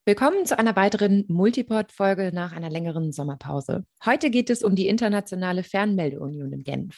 Willkommen zu einer weiteren Multipod-Folge nach einer längeren Sommerpause. Heute geht es um die internationale Fernmeldeunion in Genf.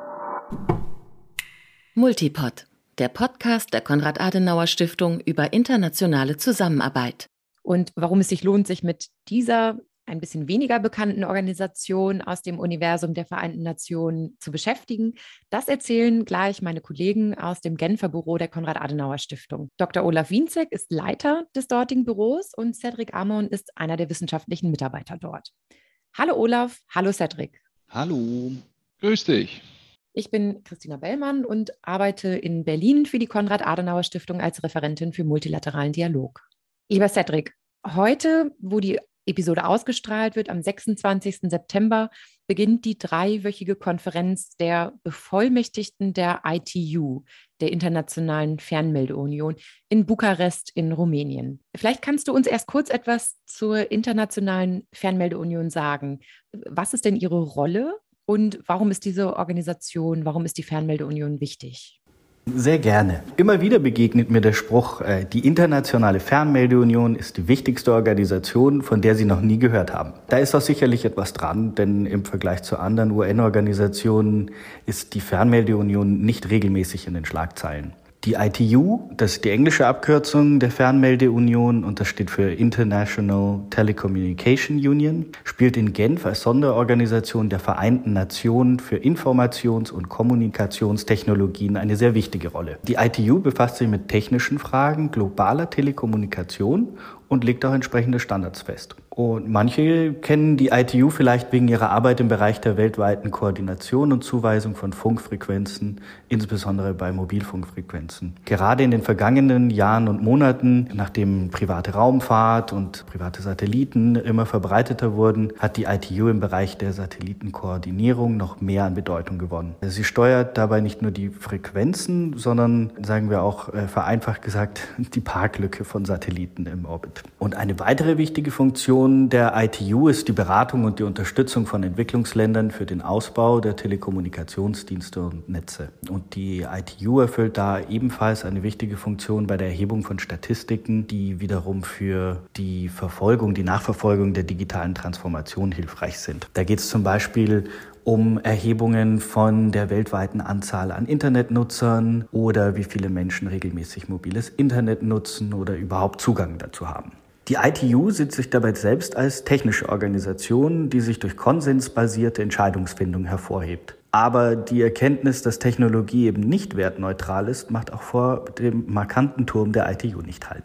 Multipod, der Podcast der Konrad-Adenauer-Stiftung über internationale Zusammenarbeit. Und warum es sich lohnt, sich mit dieser ein bisschen weniger bekannten Organisation aus dem Universum der Vereinten Nationen zu beschäftigen, das erzählen gleich meine Kollegen aus dem Genfer Büro der Konrad-Adenauer-Stiftung. Dr. Olaf Wienzek ist Leiter des dortigen Büros und Cedric Amon ist einer der wissenschaftlichen Mitarbeiter dort. Hallo Olaf, hallo Cedric. Hallo, grüß dich. Ich bin Christina Bellmann und arbeite in Berlin für die Konrad-Adenauer-Stiftung als Referentin für multilateralen Dialog. Lieber Cedric, heute, wo die Episode ausgestrahlt wird, am 26. September, beginnt die dreiwöchige Konferenz der Bevollmächtigten der ITU, der Internationalen Fernmeldeunion, in Bukarest in Rumänien. Vielleicht kannst du uns erst kurz etwas zur Internationalen Fernmeldeunion sagen. Was ist denn ihre Rolle und warum ist diese Organisation, warum ist die Fernmeldeunion wichtig? Sehr gerne. Immer wieder begegnet mir der Spruch, die Internationale Fernmeldeunion ist die wichtigste Organisation, von der Sie noch nie gehört haben. Da ist auch sicherlich etwas dran, denn im Vergleich zu anderen UN-Organisationen ist die Fernmeldeunion nicht regelmäßig in den Schlagzeilen. Die ITU, das ist die englische Abkürzung der Fernmeldeunion und das steht für International Telecommunication Union, spielt in Genf als Sonderorganisation der Vereinten Nationen für Informations- und Kommunikationstechnologien eine sehr wichtige Rolle. Die ITU befasst sich mit technischen Fragen globaler Telekommunikation und legt auch entsprechende Standards fest. Und manche kennen die ITU vielleicht wegen ihrer Arbeit im Bereich der weltweiten Koordination und Zuweisung von Funkfrequenzen, insbesondere bei Mobilfunkfrequenzen. Gerade in den vergangenen Jahren und Monaten, nachdem private Raumfahrt und private Satelliten immer verbreiteter wurden, hat die ITU im Bereich der Satellitenkoordinierung noch mehr an Bedeutung gewonnen. Sie steuert dabei nicht nur die Frequenzen, sondern, sagen wir auch vereinfacht gesagt, die Parklücke von Satelliten im Orbit. Und eine weitere wichtige Funktion der ITU ist die Beratung und die Unterstützung von Entwicklungsländern für den Ausbau der Telekommunikationsdienste und Netze. Und die ITU erfüllt da ebenfalls eine wichtige Funktion bei der Erhebung von Statistiken, die wiederum für die Nachverfolgung der digitalen Transformation hilfreich sind. Da geht es zum Beispiel um Erhebungen von der weltweiten Anzahl an Internetnutzern oder wie viele Menschen regelmäßig mobiles Internet nutzen oder überhaupt Zugang dazu haben. Die ITU sieht sich dabei selbst als technische Organisation, die sich durch konsensbasierte Entscheidungsfindung hervorhebt. Aber die Erkenntnis, dass Technologie eben nicht wertneutral ist, macht auch vor dem markanten Turm der ITU nicht Halt.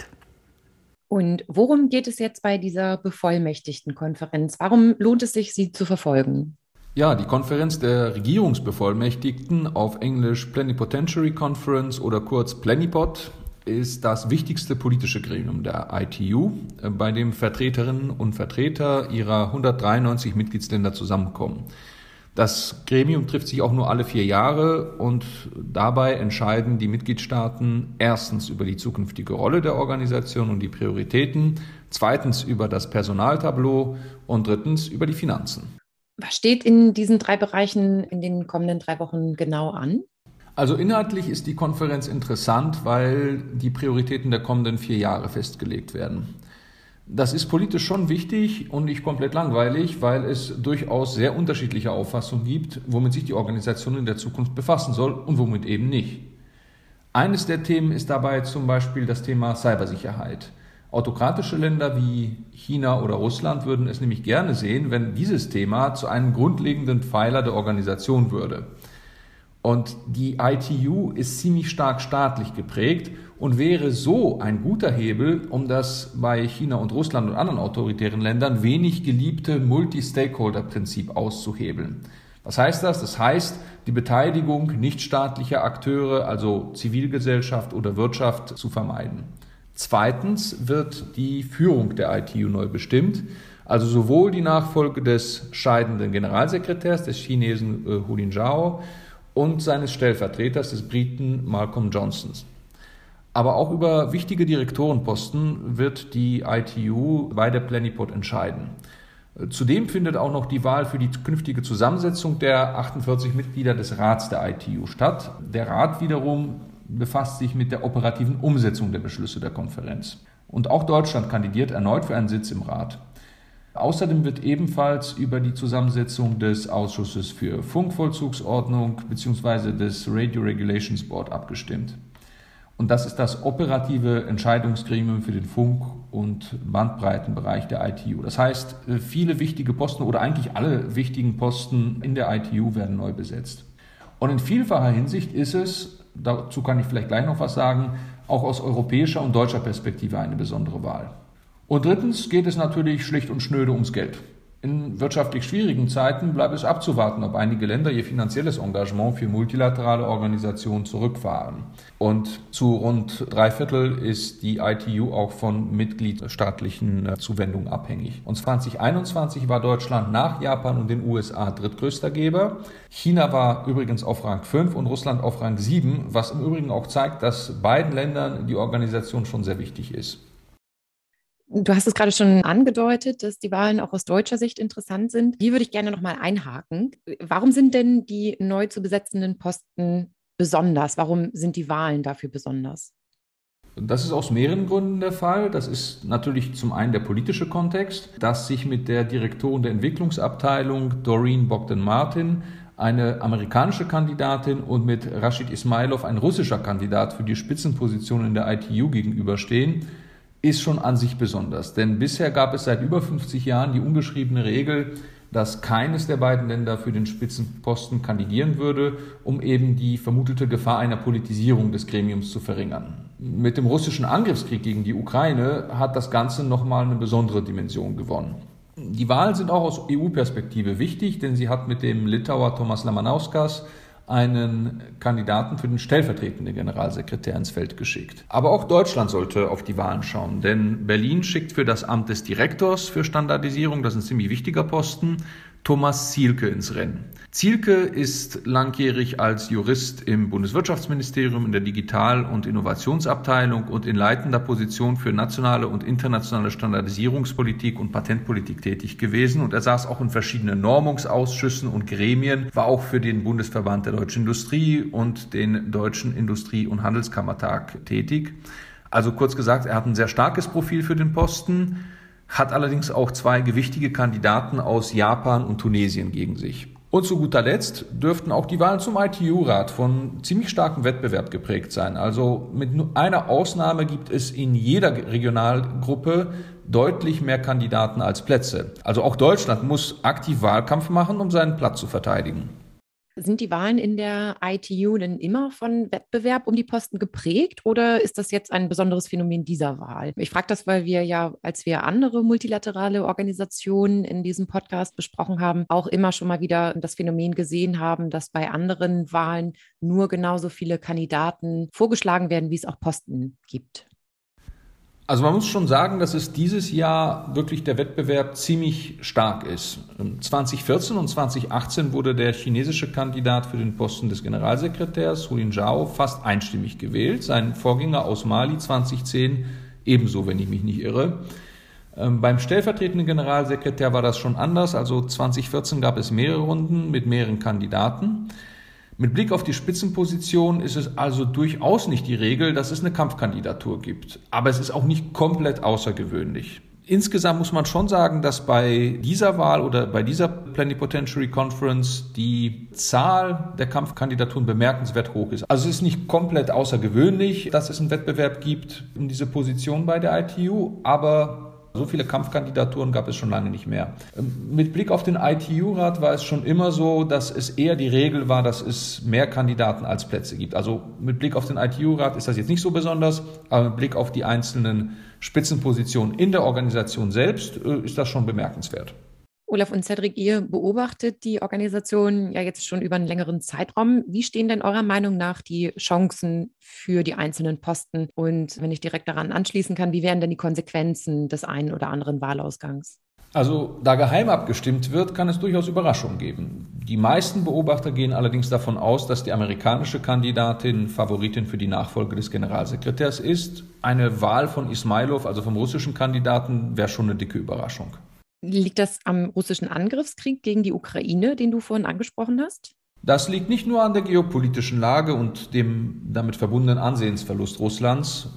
Und worum geht es jetzt bei dieser Bevollmächtigtenkonferenz? Warum lohnt es sich, sie zu verfolgen? Ja, die Konferenz der Regierungsbevollmächtigten, auf Englisch Plenipotentiary Conference oder kurz Plenipot, ist das wichtigste politische Gremium der ITU, bei dem Vertreterinnen und Vertreter ihrer 193 Mitgliedsländer zusammenkommen. Das Gremium trifft sich auch nur alle 4 Jahre und dabei entscheiden die Mitgliedstaaten erstens über die zukünftige Rolle der Organisation und die Prioritäten, zweitens über das Personaltableau und drittens über die Finanzen. Was steht in diesen 3 Bereichen in den kommenden 3 Wochen genau an? Also inhaltlich ist die Konferenz interessant, weil die Prioritäten der kommenden 4 Jahre festgelegt werden. Das ist politisch schon wichtig und nicht komplett langweilig, weil es durchaus sehr unterschiedliche Auffassungen gibt, womit sich die Organisation in der Zukunft befassen soll und womit eben nicht. Eines der Themen ist dabei zum Beispiel das Thema Cybersicherheit. Autokratische Länder wie China oder Russland würden es nämlich gerne sehen, wenn dieses Thema zu einem grundlegenden Pfeiler der Organisation würde. Und die ITU ist ziemlich stark staatlich geprägt und wäre so ein guter Hebel, um das bei China und Russland und anderen autoritären Ländern wenig geliebte Multi-Stakeholder-Prinzip auszuhebeln. Was heißt das? Das heißt, die Beteiligung nichtstaatlicher Akteure, also Zivilgesellschaft oder Wirtschaft, zu vermeiden. Zweitens wird die Führung der ITU neu bestimmt, also sowohl die Nachfolge des scheidenden Generalsekretärs, des Chinesen Hu Jintao, und seines Stellvertreters, des Briten Malcolm Johnson. Aber auch über wichtige Direktorenposten wird die ITU bei der Plenipot entscheiden. Zudem findet auch noch die Wahl für die künftige Zusammensetzung der 48 Mitglieder des Rats der ITU statt. Der Rat wiederum befasst sich mit der operativen Umsetzung der Beschlüsse der Konferenz. Und auch Deutschland kandidiert erneut für einen Sitz im Rat. Außerdem wird ebenfalls über die Zusammensetzung des Ausschusses für Funkvollzugsordnung bzw. des Radio Regulations Board abgestimmt. Und das ist das operative Entscheidungsgremium für den Funk- und Bandbreitenbereich der ITU. Das heißt, viele wichtige Posten oder eigentlich alle wichtigen Posten in der ITU werden neu besetzt. Und in vielfacher Hinsicht ist es, dazu kann ich vielleicht gleich noch was sagen, auch aus europäischer und deutscher Perspektive eine besondere Wahl. Und drittens geht es natürlich schlicht und schnöde ums Geld. In wirtschaftlich schwierigen Zeiten bleibt es abzuwarten, ob einige Länder ihr finanzielles Engagement für multilaterale Organisationen zurückfahren. Und zu rund 3/4 ist die ITU auch von mitgliedstaatlichen Zuwendungen abhängig. Und 2021 war Deutschland nach Japan und den USA drittgrößter Geber. China war übrigens auf Rang 5 und Russland auf Rang 7, was im Übrigen auch zeigt, dass beiden Ländern die Organisation schon sehr wichtig ist. Du hast es gerade schon angedeutet, dass die Wahlen auch aus deutscher Sicht interessant sind. Hier würde ich gerne nochmal einhaken. Warum sind denn die neu zu besetzenden Posten besonders? Warum sind die Wahlen dafür besonders? Das ist aus mehreren Gründen der Fall. Das ist natürlich zum einen der politische Kontext, dass sich mit der Direktorin der Entwicklungsabteilung Doreen Bogdan-Martin eine amerikanische Kandidatin und mit Rashid Ismailov ein russischer Kandidat für die Spitzenposition in der ITU gegenüberstehen, ist schon an sich besonders. Denn bisher gab es seit über 50 Jahren die ungeschriebene Regel, dass keines der beiden Länder für den Spitzenposten kandidieren würde, um eben die vermutete Gefahr einer Politisierung des Gremiums zu verringern. Mit dem russischen Angriffskrieg gegen die Ukraine hat das Ganze nochmal eine besondere Dimension gewonnen. Die Wahlen sind auch aus EU-Perspektive wichtig, denn sie hat mit dem Litauer Tomas Lamanauskas einen Kandidaten für den stellvertretenden Generalsekretär ins Feld geschickt. Aber auch Deutschland sollte auf die Wahlen schauen, denn Berlin schickt für das Amt des Direktors für Standardisierung, das ist ein ziemlich wichtiger Posten, Thomas Zielke ins Rennen. Zielke ist langjährig als Jurist im Bundeswirtschaftsministerium in der Digital- und Innovationsabteilung und in leitender Position für nationale und internationale Standardisierungspolitik und Patentpolitik tätig gewesen. Und er saß auch in verschiedenen Normungsausschüssen und Gremien, war auch für den Bundesverband der Deutschen Industrie und den Deutschen Industrie- und Handelskammertag tätig. Also kurz gesagt, er hat ein sehr starkes Profil für den Posten, hat allerdings auch zwei gewichtige Kandidaten aus Japan und Tunesien gegen sich. Und zu guter Letzt dürften auch die Wahlen zum ITU-Rat von ziemlich starkem Wettbewerb geprägt sein. Also mit nur einer Ausnahme gibt es in jeder Regionalgruppe deutlich mehr Kandidaten als Plätze. Also auch Deutschland muss aktiv Wahlkampf machen, um seinen Platz zu verteidigen. Sind die Wahlen in der ITU denn immer von Wettbewerb um die Posten geprägt oder ist das jetzt ein besonderes Phänomen dieser Wahl? Ich frage das, weil wir ja, als wir andere multilaterale Organisationen in diesem Podcast besprochen haben, auch immer schon mal wieder das Phänomen gesehen haben, dass bei anderen Wahlen nur genauso viele Kandidaten vorgeschlagen werden, wie es auch Posten gibt. Also man muss schon sagen, dass es dieses Jahr wirklich der Wettbewerb ziemlich stark ist. 2014 und 2018 wurde der chinesische Kandidat für den Posten des Generalsekretärs, Hu Jintao, fast einstimmig gewählt. Sein Vorgänger aus Mali 2010 ebenso, wenn ich mich nicht irre. Beim stellvertretenden Generalsekretär war das schon anders. Also 2014 gab es mehrere Runden mit mehreren Kandidaten. Mit Blick auf die Spitzenposition ist es also durchaus nicht die Regel, dass es eine Kampfkandidatur gibt. Aber es ist auch nicht komplett außergewöhnlich. Insgesamt muss man schon sagen, dass bei dieser Wahl oder bei dieser Plenipotentiary Conference die Zahl der Kampfkandidaturen bemerkenswert hoch ist. Also es ist nicht komplett außergewöhnlich, dass es einen Wettbewerb gibt um diese Position bei der ITU, aber so viele Kampfkandidaturen gab es schon lange nicht mehr. Mit Blick auf den ITU-Rat war es schon immer so, dass es eher die Regel war, dass es mehr Kandidaten als Plätze gibt. Also mit Blick auf den ITU-Rat ist das jetzt nicht so besonders, aber mit Blick auf die einzelnen Spitzenpositionen in der Organisation selbst ist das schon bemerkenswert. Olaf und Cedric, ihr beobachtet die Organisation ja jetzt schon über einen längeren Zeitraum. Wie stehen denn eurer Meinung nach die Chancen für die einzelnen Posten? Und wenn ich direkt daran anschließen kann, wie wären denn die Konsequenzen des einen oder anderen Wahlausgangs? Also da geheim abgestimmt wird, kann es durchaus Überraschungen geben. Die meisten Beobachter gehen allerdings davon aus, dass die amerikanische Kandidatin Favoritin für die Nachfolge des Generalsekretärs ist. Eine Wahl von Ismailov, also vom russischen Kandidaten, wäre schon eine dicke Überraschung. Liegt das am russischen Angriffskrieg gegen die Ukraine, den du vorhin angesprochen hast? Das liegt nicht nur an der geopolitischen Lage und dem damit verbundenen Ansehensverlust Russlands.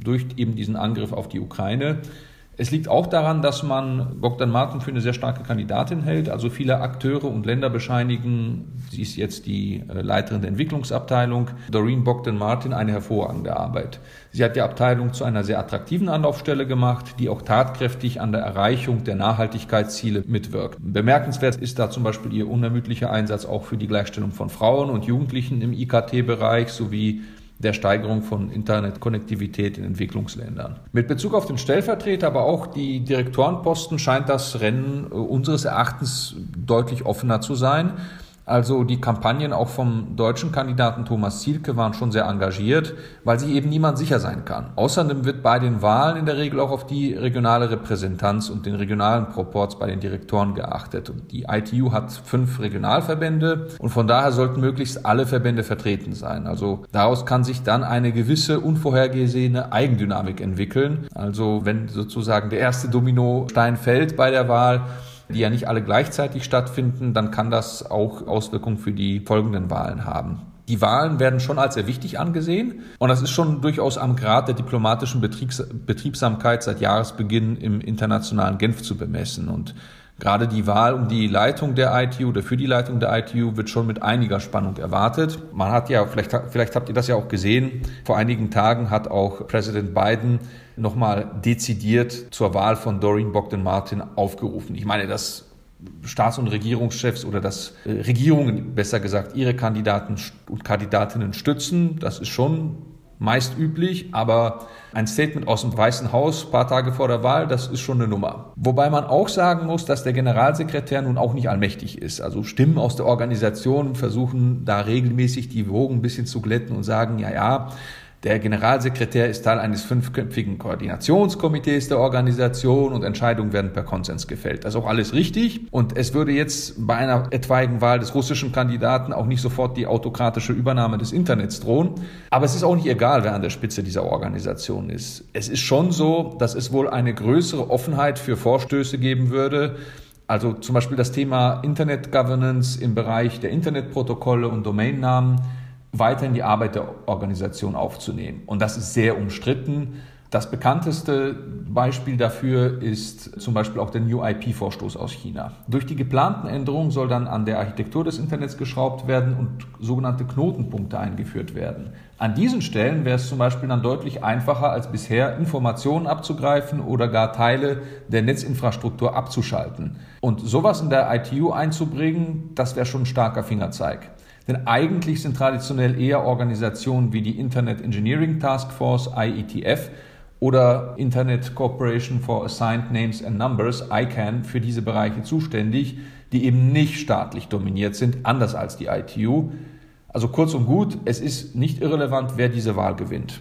durch eben diesen Angriff auf die Ukraine. Es liegt auch daran, dass man Bogdan Martin für eine sehr starke Kandidatin hält. Also viele Akteure und Länder bescheinigen, sie ist jetzt die Leiterin der Entwicklungsabteilung, Doreen Bogdan Martin, eine hervorragende Arbeit. Sie hat die Abteilung zu einer sehr attraktiven Anlaufstelle gemacht, die auch tatkräftig an der Erreichung der Nachhaltigkeitsziele mitwirkt. Bemerkenswert ist da zum Beispiel ihr unermüdlicher Einsatz auch für die Gleichstellung von Frauen und Jugendlichen im IKT-Bereich sowie der Steigerung von Internetkonnektivität in Entwicklungsländern. Mit Bezug auf den Stellvertreter, aber auch die Direktorenposten scheint das Rennen unseres Erachtens deutlich offener zu sein. Also die Kampagnen auch vom deutschen Kandidaten Thomas Zielke waren schon sehr engagiert, weil sich eben niemand sicher sein kann. Außerdem wird bei den Wahlen in der Regel auch auf die regionale Repräsentanz und den regionalen Proports bei den Direktoren geachtet. Und die ITU hat 5 Regionalverbände und von daher sollten möglichst alle Verbände vertreten sein. Also daraus kann sich dann eine gewisse unvorhergesehene Eigendynamik entwickeln. Also wenn sozusagen der erste Dominostein fällt bei der Wahl, die ja nicht alle gleichzeitig stattfinden, dann kann das auch Auswirkungen für die folgenden Wahlen haben. Die Wahlen werden schon als sehr wichtig angesehen und das ist schon durchaus am Grad der diplomatischen Betriebsamkeit seit Jahresbeginn im internationalen Genf zu bemessen. Und gerade die Wahl um die Leitung der ITU oder für die Leitung der ITU wird schon mit einiger Spannung erwartet. Man hat ja, vielleicht habt ihr das ja auch gesehen, vor einigen Tagen hat auch Präsident Biden nochmal dezidiert zur Wahl von Doreen Bogdan Martin aufgerufen. Ich meine, dass Staats- und Regierungschefs oder dass Regierungen, besser gesagt, ihre Kandidaten und Kandidatinnen stützen, das ist schon meist üblich, aber ein Statement aus dem Weißen Haus ein paar Tage vor der Wahl, das ist schon eine Nummer. Wobei man auch sagen muss, dass der Generalsekretär nun auch nicht allmächtig ist. Also Stimmen aus der Organisation versuchen da regelmäßig die Wogen ein bisschen zu glätten und sagen, ja, der Generalsekretär ist Teil eines 5-köpfigen Koordinationskomitees der Organisation und Entscheidungen werden per Konsens gefällt. Das ist auch alles richtig. Und es würde jetzt bei einer etwaigen Wahl des russischen Kandidaten auch nicht sofort die autokratische Übernahme des Internets drohen. Aber es ist auch nicht egal, wer an der Spitze dieser Organisation ist. Es ist schon so, dass es wohl eine größere Offenheit für Vorstöße geben würde. Also zum Beispiel das Thema Internet Governance im Bereich der Internetprotokolle und Domainnamen weiter in die Arbeit der Organisation aufzunehmen. Und das ist sehr umstritten. Das bekannteste Beispiel dafür ist zum Beispiel auch der New IP-Vorstoß aus China. Durch die geplanten Änderungen soll dann an der Architektur des Internets geschraubt werden und sogenannte Knotenpunkte eingeführt werden. An diesen Stellen wäre es zum Beispiel dann deutlich einfacher als bisher, Informationen abzugreifen oder gar Teile der Netzinfrastruktur abzuschalten. Und sowas in der ITU einzubringen, das wäre schon ein starker Fingerzeig. Denn eigentlich sind traditionell eher Organisationen wie die Internet Engineering Task Force, IETF, oder Internet Corporation for Assigned Names and Numbers, ICANN, für diese Bereiche zuständig, die eben nicht staatlich dominiert sind, anders als die ITU. Also kurz und gut, es ist nicht irrelevant, wer diese Wahl gewinnt.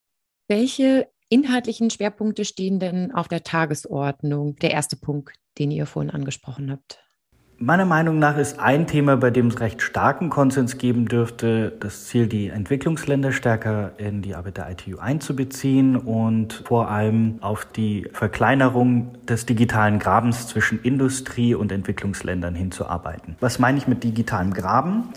Welche inhaltlichen Schwerpunkte stehen denn auf der Tagesordnung? Der erste Punkt, den ihr vorhin angesprochen habt. Meiner Meinung nach ist ein Thema, bei dem es recht starken Konsens geben dürfte, das Ziel, die Entwicklungsländer stärker in die Arbeit der ITU einzubeziehen und vor allem auf die Verkleinerung des digitalen Grabens zwischen Industrie und Entwicklungsländern hinzuarbeiten. Was meine ich mit digitalem Graben?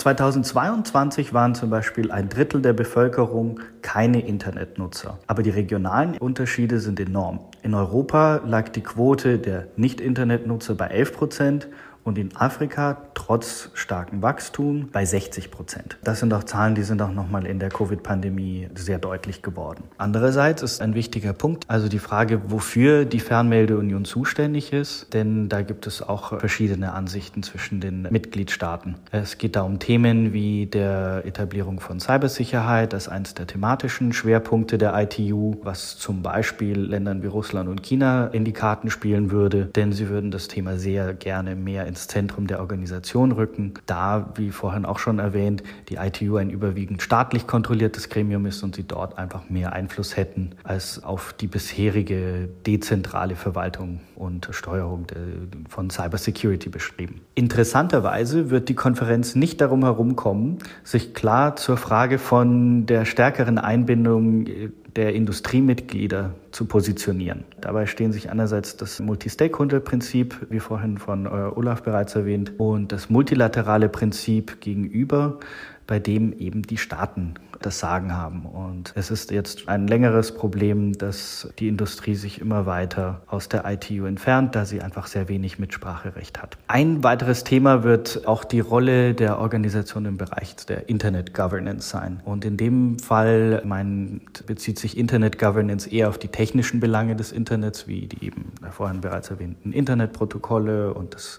2022 waren zum Beispiel 1/3 der Bevölkerung keine Internetnutzer. Aber die regionalen Unterschiede sind enorm. In Europa lag die Quote der Nicht-Internetnutzer bei 11%. Und in Afrika trotz starkem Wachstum bei 60%. Das sind auch Zahlen, die sind auch nochmal in der Covid-Pandemie sehr deutlich geworden. Andererseits ist ein wichtiger Punkt, also die Frage, wofür die Fernmeldeunion zuständig ist, denn da gibt es auch verschiedene Ansichten zwischen den Mitgliedstaaten. Es geht da um Themen wie der Etablierung von Cybersicherheit als eines der thematischen Schwerpunkte der ITU, was zum Beispiel Ländern wie Russland und China in die Karten spielen würde, denn sie würden das Thema sehr gerne mehr ins Zentrum der Organisation rücken, da, wie vorhin auch schon erwähnt, die ITU ein überwiegend staatlich kontrolliertes Gremium ist und sie dort einfach mehr Einfluss hätten als auf die bisherige dezentrale Verwaltung und Steuerung von Cybersecurity beschrieben. Interessanterweise wird die Konferenz nicht darum herumkommen, sich klar zur Frage von der stärkeren Einbindung der Industriemitglieder zu positionieren. Dabei stehen sich einerseits das Multi-Stakeholder-Prinzip, wie vorhin von Olaf bereits erwähnt, und das multilaterale Prinzip gegenüber, bei dem eben die Staaten das Sagen haben. Und es ist jetzt ein längeres Problem, dass die Industrie sich immer weiter aus der ITU entfernt, da sie einfach sehr wenig Mitspracherecht hat. Ein weiteres Thema wird auch die Rolle der Organisation im Bereich der Internet Governance sein. Und in dem Fall bezieht sich Internet Governance eher auf die technischen Belange des Internets, wie die eben vorhin bereits erwähnten Internetprotokolle und das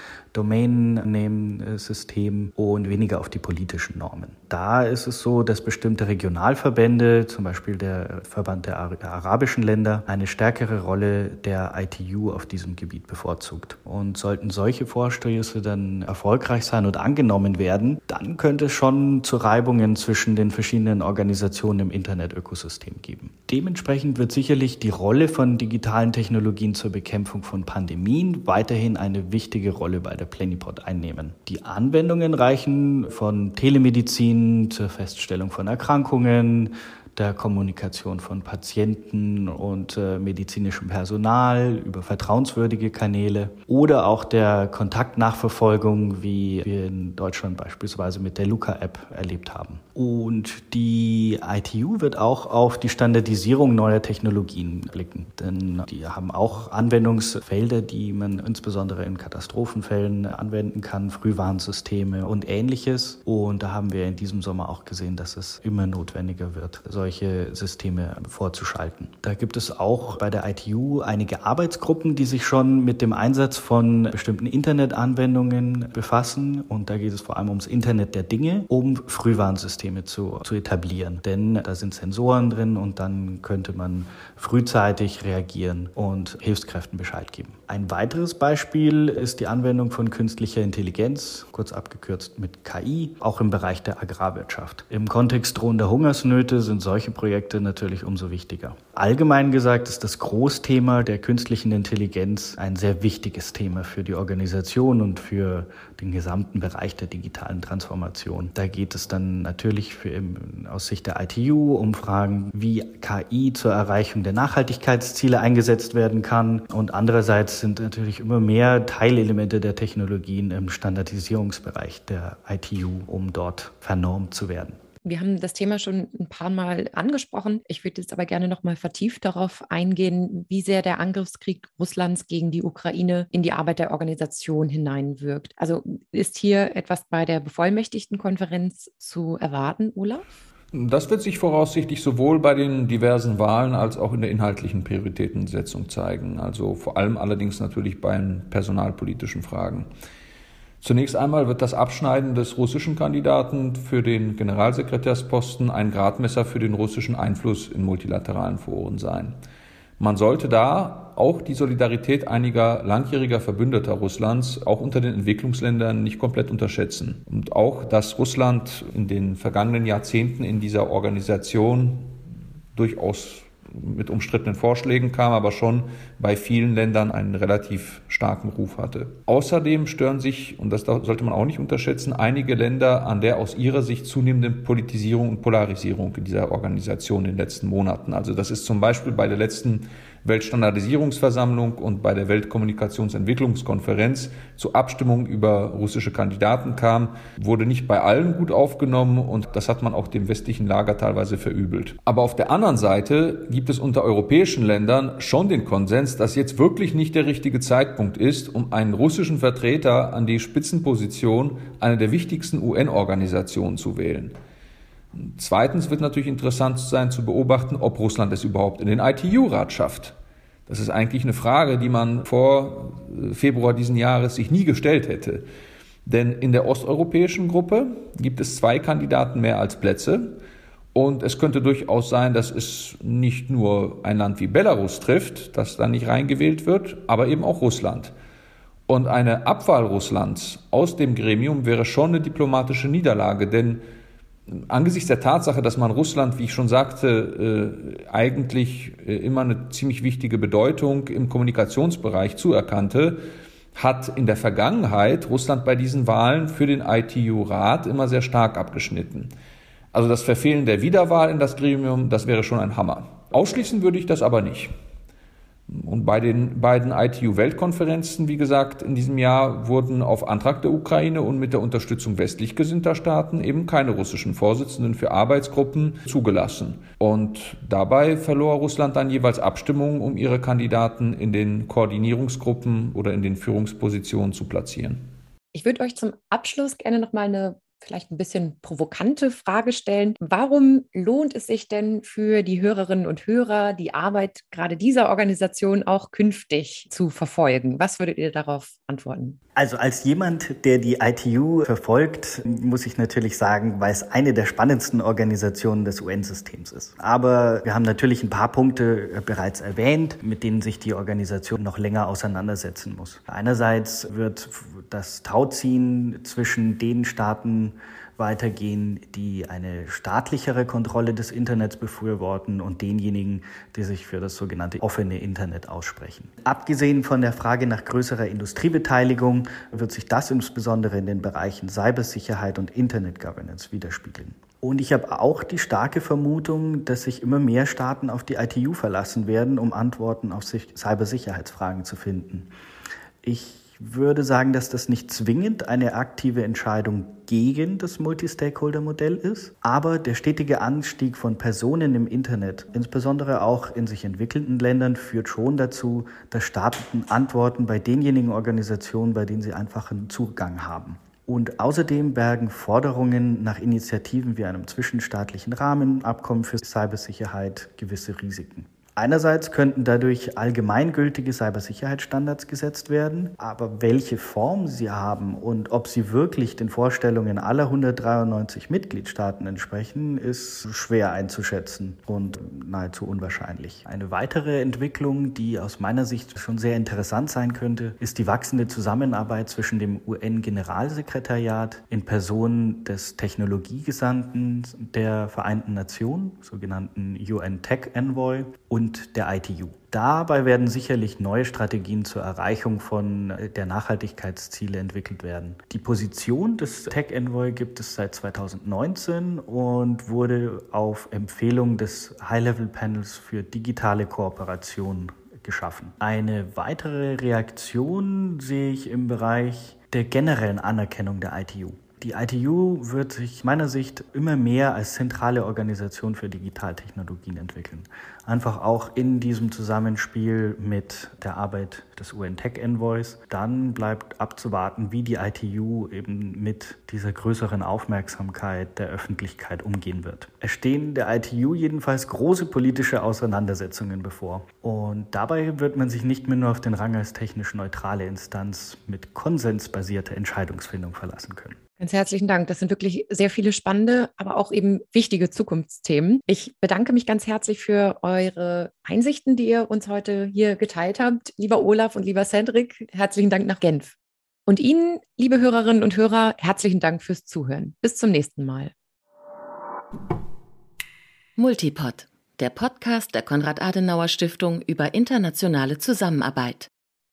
Domain-Name-System und weniger auf die politischen Normen. Da ist es so, dass bestimmte Regionalverbände, zum Beispiel der Verband der arabischen Länder, eine stärkere Rolle der ITU auf diesem Gebiet bevorzugt. Und sollten solche Vorstöße dann erfolgreich sein und angenommen werden, dann könnte es schon zu Reibungen zwischen den verschiedenen Organisationen im Internetökosystem geben. Dementsprechend wird sicherlich die Rolle von digitalen Technologien zur Bekämpfung von Pandemien weiterhin eine wichtige Rolle bei der Plenipot einnehmen. Die Anwendungen reichen von Telemedizin zur Feststellung von Erkrankungen, der Kommunikation von Patienten und medizinischem Personal über vertrauenswürdige Kanäle oder auch der Kontaktnachverfolgung, wie wir in Deutschland beispielsweise mit der Luca-App erlebt haben. Und die ITU wird auch auf die Standardisierung neuer Technologien blicken, denn die haben auch Anwendungsfelder, die man insbesondere in Katastrophenfällen anwenden kann, Frühwarnsysteme und Ähnliches. Und da haben wir in diesem Sommer auch gesehen, dass es immer notwendiger wird, solche Systeme vorzuschalten. Da gibt es auch bei der ITU einige Arbeitsgruppen, die sich schon mit dem Einsatz von bestimmten Internetanwendungen befassen. Und da geht es vor allem ums Internet der Dinge, um Frühwarnsysteme zu etablieren. Denn da sind Sensoren drin und dann könnte man frühzeitig reagieren und Hilfskräften Bescheid geben. Ein weiteres Beispiel ist die Anwendung von künstlicher Intelligenz, kurz abgekürzt mit KI, auch im Bereich der Agrarwirtschaft. Im Kontext drohender Hungersnöte sind solche Projekte natürlich umso wichtiger. Allgemein gesagt ist das Großthema der künstlichen Intelligenz ein sehr wichtiges Thema für die Organisation und für den gesamten Bereich der digitalen Transformation. Da geht es dann natürlich aus Sicht der ITU um Fragen, wie KI zur Erreichung der Nachhaltigkeitsziele eingesetzt werden kann. Und andererseits sind natürlich immer mehr Teilelemente der Technologien im Standardisierungsbereich der ITU, um dort vernormt zu werden. Wir haben das Thema schon ein paar Mal angesprochen. Ich würde jetzt aber gerne noch mal vertieft darauf eingehen, wie sehr der Angriffskrieg Russlands gegen die Ukraine in die Arbeit der Organisation hineinwirkt. Also ist hier etwas bei der Bevollmächtigtenkonferenz zu erwarten, Olaf? Das wird sich voraussichtlich sowohl bei den diversen Wahlen als auch in der inhaltlichen Prioritätensetzung zeigen. Also vor allem allerdings natürlich bei den personalpolitischen Fragen. Zunächst einmal wird das Abschneiden des russischen Kandidaten für den Generalsekretärsposten ein Gradmesser für den russischen Einfluss in multilateralen Foren sein. Man sollte da auch die Solidarität einiger langjähriger Verbündeter Russlands, auch unter den Entwicklungsländern, nicht komplett unterschätzen. Und auch, dass Russland in den vergangenen Jahrzehnten in dieser Organisation durchaus mit umstrittenen Vorschlägen kam, aber schon bei vielen Ländern einen relativ starken Ruf hatte. Außerdem stören sich, und das sollte man auch nicht unterschätzen, einige Länder an der aus ihrer Sicht zunehmenden Politisierung und Polarisierung in dieser Organisation in den letzten Monaten. Also das ist zum Beispiel bei der letzten Weltstandardisierungsversammlung und bei der Weltkommunikationsentwicklungskonferenz zu Abstimmungen über russische Kandidaten kam, wurde nicht bei allen gut aufgenommen und das hat man auch dem westlichen Lager teilweise verübelt. Aber auf der anderen Seite gibt es unter europäischen Ländern schon den Konsens, dass jetzt wirklich nicht der richtige Zeitpunkt ist, um einen russischen Vertreter an die Spitzenposition einer der wichtigsten UN-Organisationen zu wählen. Zweitens wird natürlich interessant sein zu beobachten, ob Russland es überhaupt in den ITU-Rat schafft. Das ist eigentlich eine Frage, die man vor Februar diesen Jahres sich nie gestellt hätte. Denn in der osteuropäischen Gruppe gibt es 2 Kandidaten mehr als Plätze. Und es könnte durchaus sein, dass es nicht nur ein Land wie Belarus trifft, das da nicht reingewählt wird, aber eben auch Russland. Und eine Abwahl Russlands aus dem Gremium wäre schon eine diplomatische Niederlage, denn angesichts der Tatsache, dass man Russland, wie ich schon sagte, eigentlich immer eine ziemlich wichtige Bedeutung im Kommunikationsbereich zuerkannte, hat in der Vergangenheit Russland bei diesen Wahlen für den ITU-Rat immer sehr stark abgeschnitten. Also das Verfehlen der Wiederwahl in das Gremium, das wäre schon ein Hammer. Ausschließen würde ich das aber nicht. Und bei den beiden ITU-Weltkonferenzen, wie gesagt, in diesem Jahr wurden auf Antrag der Ukraine und mit der Unterstützung westlich gesinnter Staaten eben keine russischen Vorsitzenden für Arbeitsgruppen zugelassen. Und dabei verlor Russland dann jeweils Abstimmungen, um ihre Kandidaten in den Koordinierungsgruppen oder in den Führungspositionen zu platzieren. Ich würde euch zum Abschluss gerne noch mal eine vielleicht ein bisschen provokante Frage stellen. Warum lohnt es sich denn für die Hörerinnen und Hörer, die Arbeit gerade dieser Organisation auch künftig zu verfolgen? Was würdet ihr darauf antworten? Also als jemand, der die ITU verfolgt, muss ich natürlich sagen, weil es eine der spannendsten Organisationen des UN-Systems ist. Aber wir haben natürlich ein paar Punkte bereits erwähnt, mit denen sich die Organisation noch länger auseinandersetzen muss. Einerseits wird das Tauziehen zwischen den Staaten weitergehen, die eine staatlichere Kontrolle des Internets befürworten und denjenigen, die sich für das sogenannte offene Internet aussprechen. Abgesehen von der Frage nach größerer Industriebeteiligung wird sich das insbesondere in den Bereichen Cybersicherheit und Internet Governance widerspiegeln. Und ich habe auch die starke Vermutung, dass sich immer mehr Staaten auf die ITU verlassen werden, um Antworten auf Cybersicherheitsfragen zu finden. Ich würde sagen, dass das nicht zwingend eine aktive Entscheidung gegen das Multi-Stakeholder-Modell ist, aber der stetige Anstieg von Personen im Internet, insbesondere auch in sich entwickelnden Ländern, führt schon dazu, dass Staaten antworten bei denjenigen Organisationen, bei denen sie einfachen Zugang haben. Und außerdem bergen Forderungen nach Initiativen wie einem zwischenstaatlichen Rahmenabkommen für Cybersicherheit gewisse Risiken. Einerseits könnten dadurch allgemeingültige Cybersicherheitsstandards gesetzt werden, aber welche Form sie haben und ob sie wirklich den Vorstellungen aller 193 Mitgliedstaaten entsprechen, ist schwer einzuschätzen und nahezu unwahrscheinlich. Eine weitere Entwicklung, die aus meiner Sicht schon sehr interessant sein könnte, ist die wachsende Zusammenarbeit zwischen dem UN-Generalsekretariat in Person des Technologiegesandten der Vereinten Nationen, sogenannten UN Tech Envoy, und der ITU. Dabei werden sicherlich neue Strategien zur Erreichung von der Nachhaltigkeitsziele entwickelt werden. Die Position des Tech Envoy gibt es seit 2019 und wurde auf Empfehlung des High-Level-Panels für digitale Kooperation geschaffen. Eine weitere Reaktion sehe ich im Bereich der generellen Anerkennung der ITU. Die ITU wird sich meiner Sicht immer mehr als zentrale Organisation für Digitaltechnologien entwickeln. Einfach auch in diesem Zusammenspiel mit der Arbeit des UN Tech Envoys. Dann bleibt abzuwarten, wie die ITU eben mit dieser größeren Aufmerksamkeit der Öffentlichkeit umgehen wird. Es stehen der ITU jedenfalls große politische Auseinandersetzungen bevor. Und dabei wird man sich nicht mehr nur auf den Rang als technisch neutrale Instanz mit konsensbasierter Entscheidungsfindung verlassen können. Ganz herzlichen Dank. Das sind wirklich sehr viele spannende, aber auch eben wichtige Zukunftsthemen. Ich bedanke mich ganz herzlich für eure Einsichten, die ihr uns heute hier geteilt habt. Lieber Olaf und lieber Cedric, herzlichen Dank nach Genf. Und Ihnen, liebe Hörerinnen und Hörer, herzlichen Dank fürs Zuhören. Bis zum nächsten Mal. Multipod, der Podcast der Konrad-Adenauer-Stiftung über internationale Zusammenarbeit.